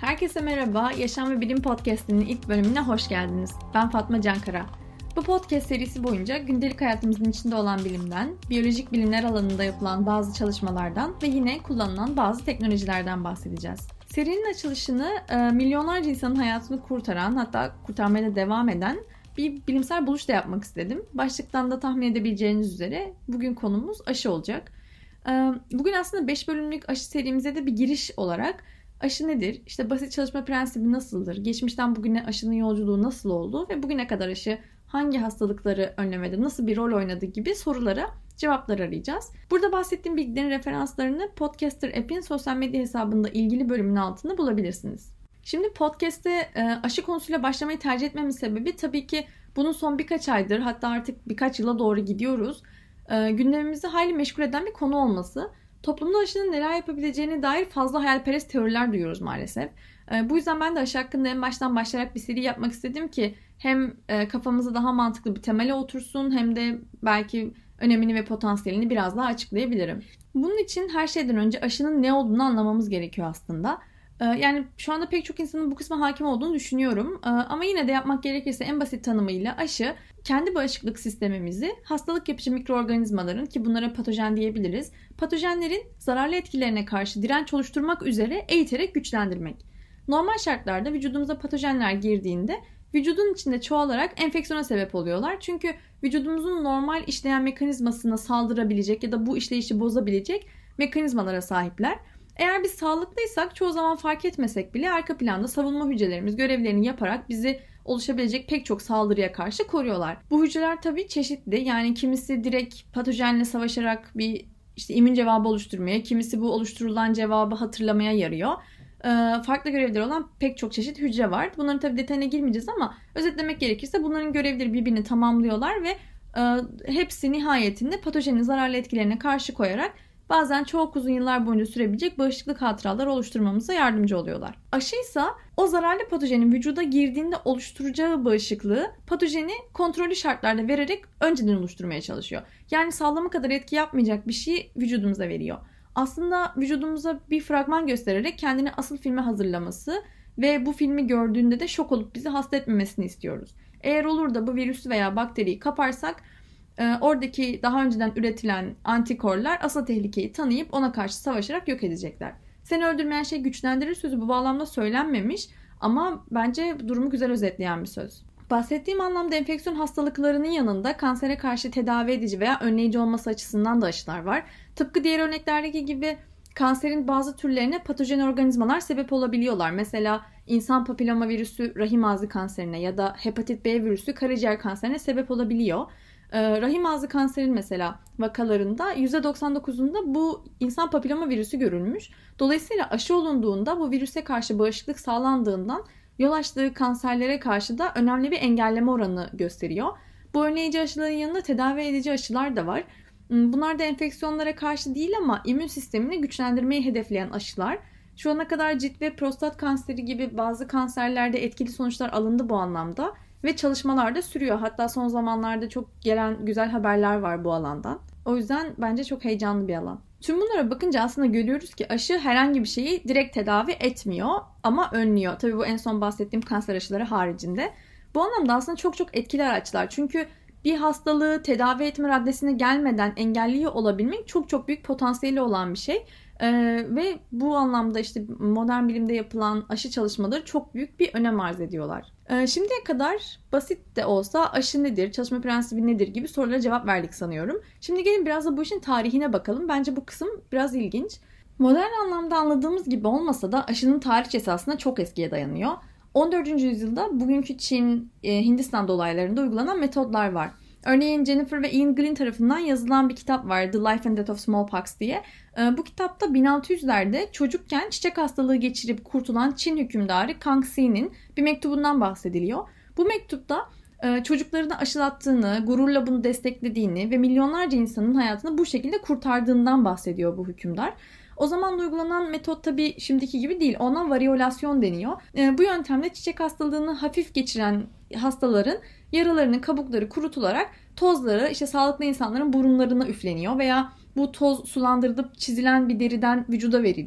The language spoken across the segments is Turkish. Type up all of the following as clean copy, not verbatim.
Herkese merhaba, Yaşam ve Bilim Podcast'inin ilk bölümüne hoş geldiniz. Ben Fatma Cankara. Bu podcast serisi boyunca gündelik hayatımızın içinde olan bilimden, biyolojik bilimler alanında yapılan bazı çalışmalardan ve yine kullanılan bazı teknolojilerden bahsedeceğiz. Serinin açılışını milyonlarca insanın hayatını kurtaran, hatta kurtarmaya da devam eden bir bilimsel buluşla yapmak istedim. Başlıktan da tahmin edebileceğiniz üzere bugün konumuz aşı olacak. Bugün aslında 5 bölümlük aşı serimize de bir giriş olarak aşı nedir? İşte basit çalışma prensibi nasıldır? Geçmişten bugüne aşının yolculuğu nasıl oldu? Ve bugüne kadar aşı hangi hastalıkları önlemede nasıl bir rol oynadı gibi sorulara cevaplar arayacağız. Burada bahsettiğim bilgilerin referanslarını Podcaster app'in sosyal medya hesabında ilgili bölümün altında bulabilirsiniz. Şimdi podcast'te aşı konusuyla başlamayı tercih etmemin sebebi tabii ki bunun son birkaç aydır, hatta artık birkaç yıla doğru gidiyoruz. Gündemimizi hayli meşgul eden bir konu olması. Toplumda aşının neler yapabileceğine dair fazla hayalperest teoriler duyuyoruz maalesef. Bu yüzden ben de aşı hakkında en baştan başlayarak bir seri yapmak istedim ki hem kafamıza daha mantıklı bir temele otursun hem de belki önemini ve potansiyelini biraz daha açıklayabilirim. Bunun için her şeyden önce aşının ne olduğunu anlamamız gerekiyor aslında. Yani şu anda pek çok insanın bu kısma hakim olduğunu düşünüyorum. Ama yine de yapmak gerekirse en basit tanımıyla aşı, kendi bağışıklık sistemimizi hastalık yapıcı mikroorganizmaların, ki bunlara patojen diyebiliriz, patojenlerin zararlı etkilerine karşı direnç oluşturmak üzere eğiterek güçlendirmek. Normal şartlarda vücudumuza patojenler girdiğinde vücudun içinde çoğalarak enfeksiyona sebep oluyorlar. Çünkü vücudumuzun normal işleyen mekanizmasına saldırabilecek ya da bu işleyişi bozabilecek mekanizmalara sahipler. Eğer biz sağlıklıysak çoğu zaman fark etmesek bile arka planda savunma hücrelerimiz görevlerini yaparak bizi oluşabilecek pek çok saldırıya karşı koruyorlar. Bu hücreler tabii çeşitli. Yani kimisi direkt patojenle savaşarak bir immün cevabı oluşturmaya, kimisi bu oluşturulan cevabı hatırlamaya yarıyor. Farklı görevleri olan pek çok çeşit hücre var. Bunların tabii detayına girmeyeceğiz ama özetlemek gerekirse bunların görevleri birbirini tamamlıyorlar ve hepsi nihayetinde patojenin zararlı etkilerine karşı koyarak bazen çok uzun yıllar boyunca sürebilecek bağışıklık hatıraları oluşturmamıza yardımcı oluyorlar. Aşıysa o zararlı patojenin vücuda girdiğinde oluşturacağı bağışıklığı patojeni kontrollü şartlarda vererek önceden oluşturmaya çalışıyor. Yani sağlama kadar etki yapmayacak bir şeyi vücudumuza veriyor. Aslında vücudumuza bir fragman göstererek kendini asıl filme hazırlaması ve bu filmi gördüğünde de şok olup bizi hasta etmemesini istiyoruz. Eğer olur da bu virüsü veya bakteriyi kaparsak oradaki daha önceden üretilen antikorlar asıl tehlikeyi tanıyıp ona karşı savaşarak yok edecekler. Seni öldürmeyen şey güçlendirir sözü bu bağlamda söylenmemiş ama bence durumu güzel özetleyen bir söz. Bahsettiğim anlamda enfeksiyon hastalıklarının yanında kansere karşı tedavi edici veya önleyici olması açısından da aşılar var. Tıpkı diğer örneklerdeki gibi kanserin bazı türlerine patojen organizmalar sebep olabiliyorlar. Mesela insan papiloma virüsü rahim ağzı kanserine ya da hepatit B virüsü karaciğer kanserine sebep olabiliyor. Rahim ağzı kanserinin mesela vakalarında %99'unda bu insan papiloma virüsü görülmüş. Dolayısıyla aşı olunduğunda bu virüse karşı bağışıklık sağlandığından yol açtığı kanserlere karşı da önemli bir engelleme oranı gösteriyor. Bu önleyici aşıların yanında tedavi edici aşılar da var. Bunlar da enfeksiyonlara karşı değil ama immün sistemini güçlendirmeyi hedefleyen aşılar. Şu ana kadar cilt ve prostat kanseri gibi bazı kanserlerde etkili sonuçlar alındı bu anlamda. Ve çalışmalar da sürüyor. Hatta son zamanlarda çok gelen güzel haberler var bu alandan. O yüzden bence çok heyecanlı bir alan. Tüm bunlara bakınca aslında görüyoruz ki aşı herhangi bir şeyi direkt tedavi etmiyor ama önlüyor. Tabii bu en son bahsettiğim kanser aşıları haricinde. Bu anlamda aslında çok etkili araçlar. Çünkü bir hastalığı tedavi etme raddesine gelmeden engelliyor olabilmek çok büyük potansiyeli olan bir şey. Ve bu anlamda modern bilimde yapılan aşı çalışmaları çok büyük bir önem arz ediyorlar. Şimdiye kadar basit de olsa aşı nedir, çalışma prensibi nedir gibi sorulara cevap verdik sanıyorum. Şimdi gelin biraz da bu işin tarihine bakalım. Bence bu kısım biraz ilginç. Modern anlamda anladığımız gibi olmasa da aşının tarihçesi aslında çok eskiye dayanıyor. 14. yüzyılda bugünkü Çin, Hindistan dolaylarında uygulanan metodlar var. Örneğin Jennifer ve Ian Green tarafından yazılan bir kitap var, The Life and Death of Smallpox diye. Bu kitapta 1600'lerde çocukken çiçek hastalığı geçirip kurtulan Çin hükümdarı Kangxi'nin bir mektubundan bahsediliyor. Bu mektupta çocuklarını aşılattığını, gururla bunu desteklediğini ve milyonlarca insanın hayatını bu şekilde kurtardığından bahsediyor bu hükümdar. O zaman uygulanan metot tabii şimdiki gibi değil. Ona variolasyon deniyor. Bu yöntemle çiçek hastalığını hafif geçiren hastaların yaralarının kabukları kurutularak tozları sağlıklı insanların burunlarına üfleniyor veya bu toz sulandırılıp çizilen bir deriden vücuda veriliyor.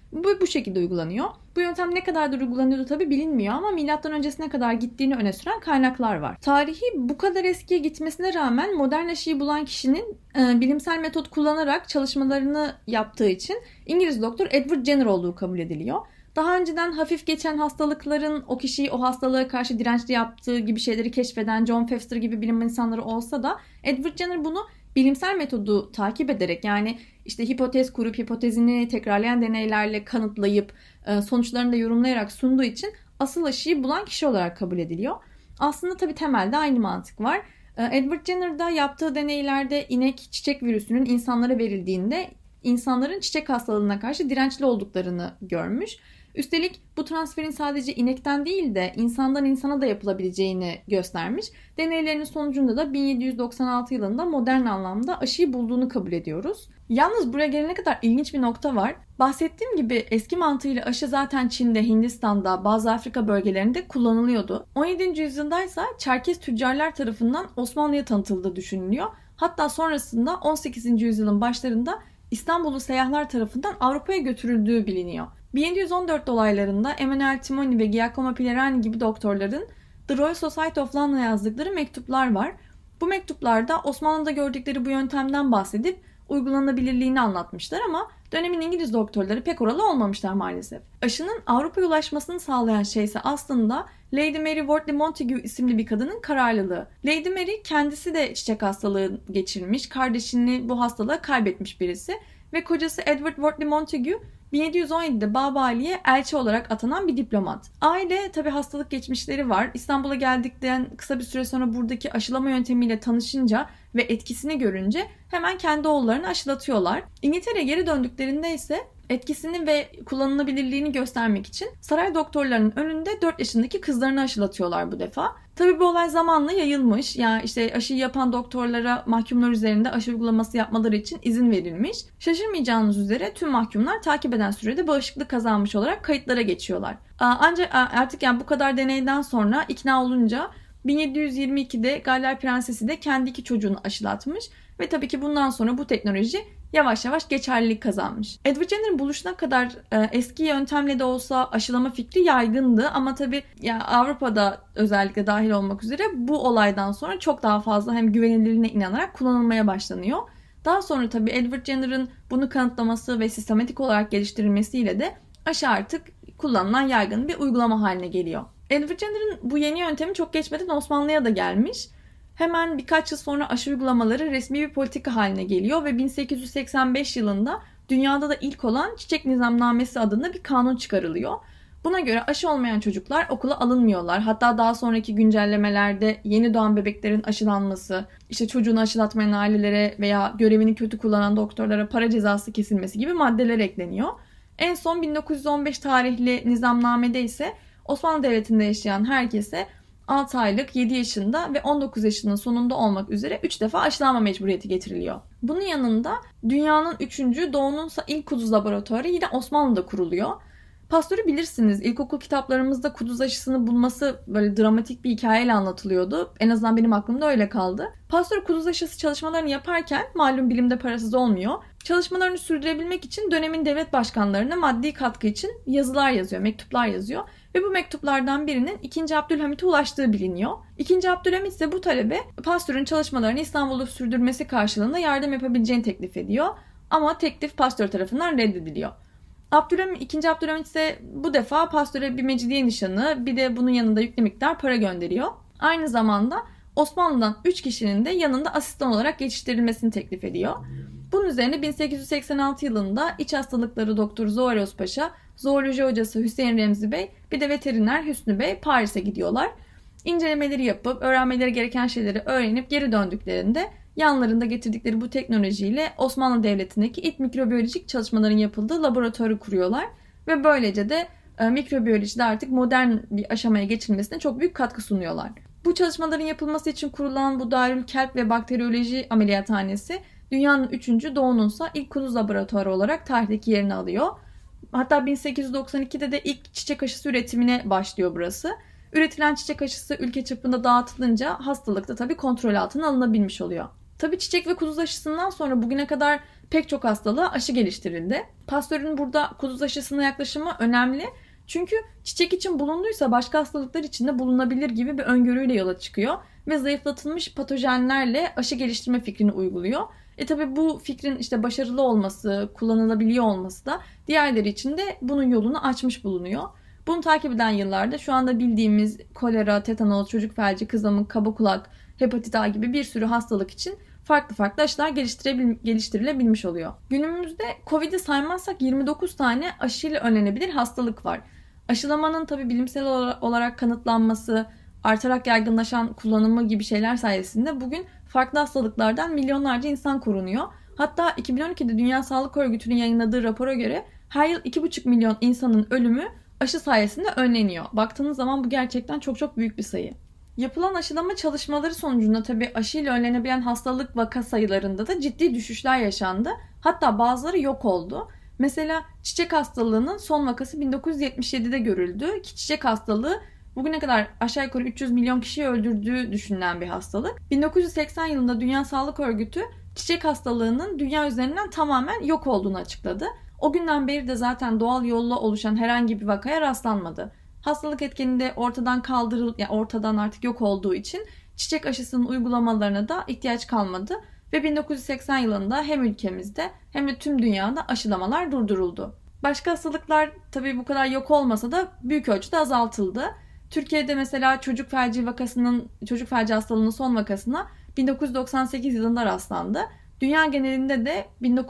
Bu şekilde uygulanıyor. Bu yöntem ne kadardır uygulanıyordu tabi bilinmiyor ama milattan öncesine kadar gittiğini öne süren kaynaklar var. Tarihi bu kadar eskiye gitmesine rağmen modern aşıyı bulan kişinin bilimsel metot kullanarak çalışmalarını yaptığı için İngiliz doktor Edward Jenner olduğu kabul ediliyor. Daha önceden hafif geçen hastalıkların o kişiyi o hastalığa karşı dirençli yaptığı gibi şeyleri keşfeden John Pfister gibi bilim insanları olsa da Edward Jenner bunu bilimsel metodu takip ederek, yani işte hipotez kurup hipotezini tekrarlayan deneylerle kanıtlayıp sonuçlarını da yorumlayarak sunduğu için asıl aşıyı bulan kişi olarak kabul ediliyor. Aslında tabii temelde aynı mantık var. Edward Jenner'da yaptığı deneylerde inek çiçek virüsünün insanlara verildiğinde insanların çiçek hastalığına karşı dirençli olduklarını görmüş. Üstelik bu transferin sadece inekten değil de insandan insana da yapılabileceğini göstermiş. Deneylerinin sonucunda da 1796 yılında modern anlamda aşıyı bulduğunu kabul ediyoruz. Yalnız buraya gelene kadar ilginç bir nokta var. Bahsettiğim gibi eski mantığıyla aşı zaten Çin'de, Hindistan'da, bazı Afrika bölgelerinde kullanılıyordu. 17. yüzyıldaysa Çerkez tüccarlar tarafından Osmanlı'ya tanıtıldığı düşünülüyor. Hatta sonrasında 18. yüzyılın başlarında İstanbullu seyyahlar tarafından Avrupa'ya götürüldüğü biliniyor. 1714 dolaylarında Emanuel Timoni ve Giacomo Pilerani gibi doktorların The Royal Society of London'a yazdıkları mektuplar var. Bu mektuplarda Osmanlı'da gördükleri bu yöntemden bahsedip uygulanabilirliğini anlatmışlar ama dönemin İngiliz doktorları pek oralı olmamışlar maalesef. Aşının Avrupa'ya ulaşmasını sağlayan şey ise aslında Lady Mary Wortley Montagu isimli bir kadının kararlılığı. Lady Mary kendisi de çiçek hastalığı geçirmiş, kardeşini bu hastalığa kaybetmiş birisi ve kocası Edward Wortley Montagu 1717'de Babali'ye elçi olarak atanan bir diplomat. Aile tabi hastalık geçmişleri var. İstanbul'a geldikten kısa bir süre sonra buradaki aşılama yöntemiyle tanışınca ve etkisini görünce hemen kendi oğullarını aşılatıyorlar. İngiltere'ye geri döndüklerinde ise etkisini ve kullanılabilirliğini göstermek için saray doktorlarının önünde 4 yaşındaki kızlarını aşılatıyorlar bu defa. Tabii bu olay zamanla yayılmış. Yani işte aşıyı yapan doktorlara mahkumlar üzerinde aşı uygulaması yapmaları için izin verilmiş. Şaşırmayacağınız üzere tüm mahkumlar takip eden sürede bağışıklık kazanmış olarak kayıtlara geçiyorlar. Ancak artık yani bu kadar deneyden sonra ikna olunca 1722'de Galler Prensesi de kendi 2 çocuğunu aşılatmış ve tabii ki bundan sonra bu teknoloji yavaş yavaş geçerlilik kazanmış. Edward Jenner'ın buluşuna kadar eski yöntemle de olsa aşılama fikri yaygındı ama tabii ya Avrupa'da özellikle dahil olmak üzere bu olaydan sonra çok daha fazla hem güvenilirliğine inanarak kullanılmaya başlanıyor. Daha sonra tabii Edward Jenner'ın bunu kanıtlaması ve sistematik olarak geliştirilmesiyle de aşı artık kullanılan yaygın bir uygulama haline geliyor. Edward Jenner'ın bu yeni yöntemi çok geçmeden Osmanlı'ya da gelmiş. Hemen birkaç yıl sonra aşı uygulamaları resmi bir politika haline geliyor ve 1885 yılında dünyada da ilk olan Çiçek Nizamnamesi adında bir kanun çıkarılıyor. Buna göre aşı olmayan çocuklar okula alınmıyorlar. Hatta daha sonraki güncellemelerde yeni doğan bebeklerin aşılanması, işte çocuğunu aşılatmayan ailelere veya görevini kötü kullanan doktorlara para cezası kesilmesi gibi maddeler ekleniyor. En son 1915 tarihli nizamnamede ise Osmanlı Devleti'nde yaşayan herkese 6 aylık, 7 yaşında ve 19 yaşının sonunda olmak üzere 3 defa aşılanma mecburiyeti getiriliyor. Bunun yanında dünyanın 3. doğununsa ilk kuduz laboratuvarı yine Osmanlı'da kuruluyor. Pasteur'ü bilirsiniz. İlkokul kitaplarımızda kuduz aşısını bulması böyle dramatik bir hikayeyle anlatılıyordu. En azından benim aklımda öyle kaldı. Pasteur kuduz aşısı çalışmalarını yaparken malum bilimde parasız olmuyor. Çalışmalarını sürdürebilmek için dönemin devlet başkanlarına maddi katkı için yazılar yazıyor, mektuplar yazıyor. Ve bu mektuplardan birinin 2. Abdülhamit'e ulaştığı biliniyor. 2. Abdülhamit ise bu talebe Pasteur'ün çalışmalarını İstanbul'da sürdürmesi karşılığında yardım yapabileceğini teklif ediyor. Ama teklif Pasteur tarafından reddediliyor. 2. Abdülhamit ise bu defa Pasteur'e bir mecidiye nişanı, bir de bunun yanında yüklü miktar para gönderiyor. Aynı zamanda Osmanlı'dan 3 kişinin de yanında asistan olarak yetiştirilmesini teklif ediyor. Bunun üzerine 1886 yılında iç hastalıkları doktoru Zoğaros Paşa, zooloji hocası Hüseyin Remzi Bey, bir de veteriner Hüsnü Bey Paris'e gidiyorlar. İncelemeleri yapıp öğrenmeleri gereken şeyleri öğrenip geri döndüklerinde yanlarında getirdikleri bu teknolojiyle Osmanlı Devleti'ndeki ilk mikrobiyolojik çalışmaların yapıldığı laboratuvarı kuruyorlar. Ve böylece de mikrobiyolojide artık modern bir aşamaya geçilmesine çok büyük katkı sunuyorlar. Bu çalışmaların yapılması için kurulan bu Darülkelp ve Bakteriyoloji Ameliyathanesi dünyanın 3. doğununsa ilk kuduz laboratuvarı olarak tarihteki yerini alıyor. Hatta 1892'de de ilk çiçek aşısı üretimine başlıyor burası. Üretilen çiçek aşısı ülke çapında dağıtılınca hastalık da tabii kontrol altına alınabilmiş oluyor. Tabii çiçek ve kuduz aşısından sonra bugüne kadar pek çok hastalığa aşı geliştirildi. Pasteur'ün burada kuduz aşısına yaklaşımı önemli. Çünkü çiçek için bulunduysa başka hastalıklar için de bulunabilir gibi bir öngörüyle yola çıkıyor ve zayıflatılmış patojenlerle aşı geliştirme fikrini uyguluyor. Tabi bu fikrin işte başarılı olması, kullanılabiliyor olması da diğerleri için de bunun yolunu açmış bulunuyor. Bunu takip eden yıllarda şu anda bildiğimiz kolera, tetanoz, çocuk felci, kızamık, kaba kulak, hepatit A gibi bir sürü hastalık için farklı aşılar geliştirilebilmiş oluyor. Günümüzde Covid'i saymazsak 29 tane aşıyla önlenebilir hastalık var. Aşılamanın tabi bilimsel olarak kanıtlanması, artarak yaygınlaşan kullanımı gibi şeyler sayesinde bugün farklı hastalıklardan milyonlarca insan korunuyor. Hatta 2012'de Dünya Sağlık Örgütü'nün yayınladığı rapora göre her yıl 2,5 milyon insanın ölümü aşı sayesinde önleniyor. Baktığınız zaman bu gerçekten çok büyük bir sayı. Yapılan aşılama çalışmaları sonucunda tabii aşıyla önlenebilen hastalık vaka sayılarında da ciddi düşüşler yaşandı. Hatta bazıları yok oldu. Mesela çiçek hastalığının son vakası 1977'de görüldü ki çiçek hastalığı bugüne kadar aşağı yukarı 300 milyon kişiyi öldürdüğü düşünülen bir hastalık. 1980 yılında Dünya Sağlık Örgütü çiçek hastalığının dünya üzerinden tamamen yok olduğunu açıkladı. O günden beri de zaten doğal yolla oluşan herhangi bir vakaya rastlanmadı. Hastalık etkeni de ortadan artık yok olduğu için çiçek aşısının uygulamalarına da ihtiyaç kalmadı ve 1980 yılında hem ülkemizde hem de tüm dünyada aşılamalar durduruldu. Başka hastalıklar tabii bu kadar yok olmasa da büyük ölçüde azaltıldı. Türkiye'de mesela çocuk felci hastalığının son vakasına 1998 yılında rastlandı. Dünya genelinde de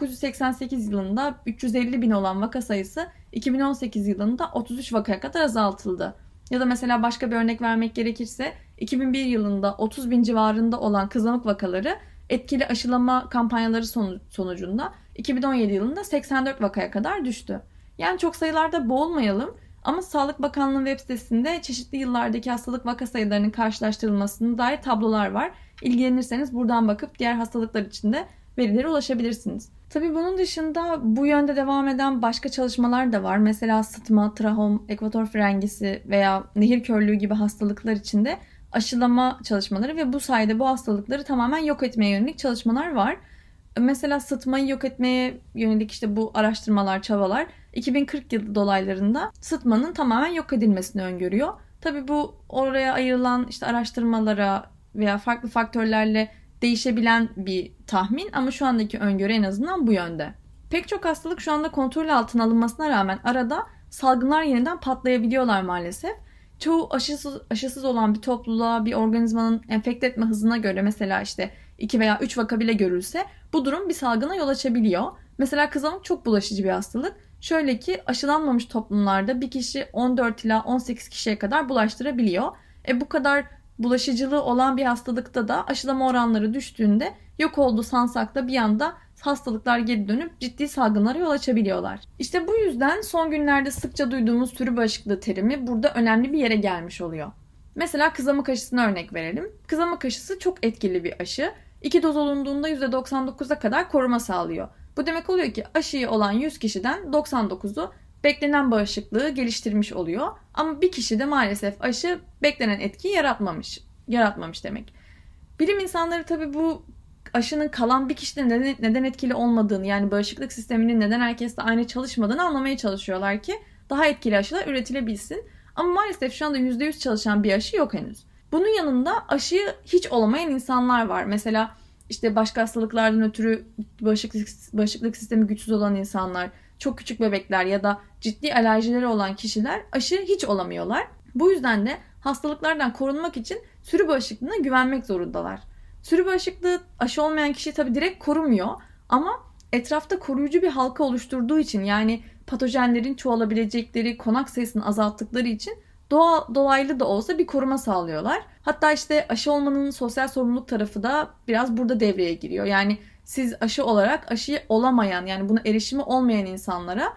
1988 yılında 350 bin olan vaka sayısı 2018 yılında 33 vakaya kadar azaltıldı. Ya da mesela başka bir örnek vermek gerekirse 2001 yılında 30 bin civarında olan kızamık vakaları etkili aşılama kampanyaları sonucunda 2017 yılında 84 vakaya kadar düştü. Yani çok sayılarda boğulmayalım ama Sağlık Bakanlığı web sitesinde çeşitli yıllardaki hastalık vaka sayılarının karşılaştırılmasına dair tablolar var. İlgilenirseniz buradan bakıp diğer hastalıklar için de verilere ulaşabilirsiniz. Tabii bunun dışında bu yönde devam eden başka çalışmalar da var. Mesela sıtma, trahom, ekvator frengisi veya nehir körlüğü gibi hastalıklar için de aşılama çalışmaları ve bu sayede bu hastalıkları tamamen yok etmeye yönelik çalışmalar var. Mesela sıtmayı yok etmeye yönelik işte bu araştırmalar, çabalar 2040 yılı dolaylarında sıtmanın tamamen yok edilmesini öngörüyor. Tabii bu oraya ayrılan işte araştırmalara veya farklı faktörlerle değişebilen bir tahmin ama şu andaki öngörü en azından bu yönde. Pek çok hastalık şu anda kontrol altına alınmasına rağmen arada salgınlar yeniden patlayabiliyorlar maalesef. Çoğu aşısız olan bir topluluğa bir organizmanın enfekte etme hızına göre mesela işte 2 veya 3 vaka bile görülse bu durum bir salgına yol açabiliyor. Mesela kızamık çok bulaşıcı bir hastalık. Şöyle ki aşılanmamış toplumlarda bir kişi 14 ila 18 kişiye kadar bulaştırabiliyor. Bu kadar bulaşıcılığı olan bir hastalıkta da aşılama oranları düştüğünde yok olduğu sansakta bir anda hastalıklar geri dönüp ciddi salgınlara yol açabiliyorlar. İşte bu yüzden son günlerde sıkça duyduğumuz sürü bağışıklığı terimi burada önemli bir yere gelmiş oluyor. Mesela kızamık aşısına örnek verelim. Kızamık aşısı çok etkili bir aşı. 2 doz olunduğunda %99'a kadar koruma sağlıyor. Bu demek oluyor ki aşıyı olan 100 kişiden 99'u beklenen bağışıklığı geliştirmiş oluyor. Ama bir kişi de maalesef aşı beklenen etkiyi yaratmamış demek. Bilim insanları tabii bu aşının kalan bir kişide neden etkili olmadığını, yani bağışıklık sisteminin neden herkeste aynı çalışmadığını anlamaya çalışıyorlar ki daha etkili aşılar üretilebilsin. Ama maalesef şu anda %100 çalışan bir aşı yok henüz. Bunun yanında aşıyı hiç olamayan insanlar var. Mesela işte başka hastalıklardan ötürü bağışıklık sistemi güçsüz olan insanlar, çok küçük bebekler ya da ciddi alerjileri olan kişiler aşı hiç olamıyorlar. Bu yüzden de hastalıklardan korunmak için sürü bağışıklığına güvenmek zorundalar. Sürü bağışıklığı aşı olmayan kişiyi tabii direkt korumuyor ama etrafta koruyucu bir halka oluşturduğu için, yani patojenlerin çoğalabilecekleri konak sayısını azalttıkları için dolaylı da olsa bir koruma sağlıyorlar. Hatta işte aşı olmanın sosyal sorumluluk tarafı da biraz burada devreye giriyor. Yani siz aşı olarak aşıyı olamayan, yani buna erişimi olmayan insanlara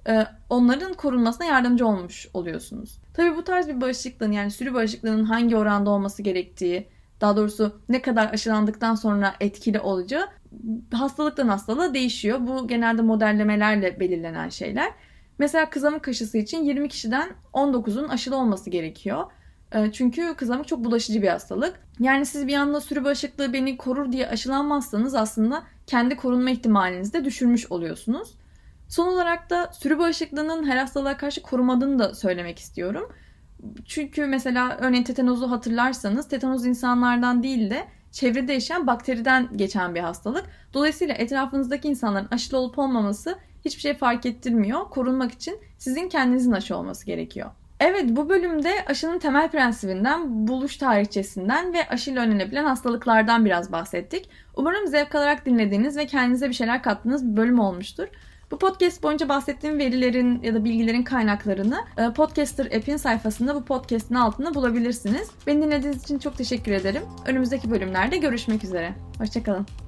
onların korunmasına yardımcı olmuş oluyorsunuz. Tabii bu tarz bir bağışıklığın, yani sürü bağışıklığının hangi oranda olması gerektiği, daha doğrusu ne kadar aşılandıktan sonra etkili olacağı hastalıktan hastalığa değişiyor. Bu genelde modellemelerle belirlenen şeyler. Mesela kızamık aşısı için 20 kişiden 19'un aşılı olması gerekiyor. Çünkü kızamık çok bulaşıcı bir hastalık. Yani siz bir anda sürü bağışıklığı beni korur diye aşılanmazsanız aslında kendi korunma ihtimalinizi de düşürmüş oluyorsunuz. Son olarak da sürü bağışıklığının her hastalığa karşı korumadığını da söylemek istiyorum. Çünkü mesela örneğin tetanozu hatırlarsanız tetanoz insanlardan değil de çevrede yaşayan bakteriden geçen bir hastalık. Dolayısıyla etrafınızdaki insanların aşılı olup olmaması hiçbir şey fark ettirmiyor. Korunmak için sizin kendinizin aşı olması gerekiyor. Evet, bu bölümde aşının temel prensibinden, buluş tarihçesinden ve aşıyla önlenebilen hastalıklardan biraz bahsettik. Umarım zevk alarak dinlediğiniz ve kendinize bir şeyler kattığınız bir bölüm olmuştur. Bu podcast boyunca bahsettiğim verilerin ya da bilgilerin kaynaklarını Podcaster app'in sayfasında bu podcast'in altında bulabilirsiniz. Beni dinlediğiniz için çok teşekkür ederim. Önümüzdeki bölümlerde görüşmek üzere. Hoşçakalın.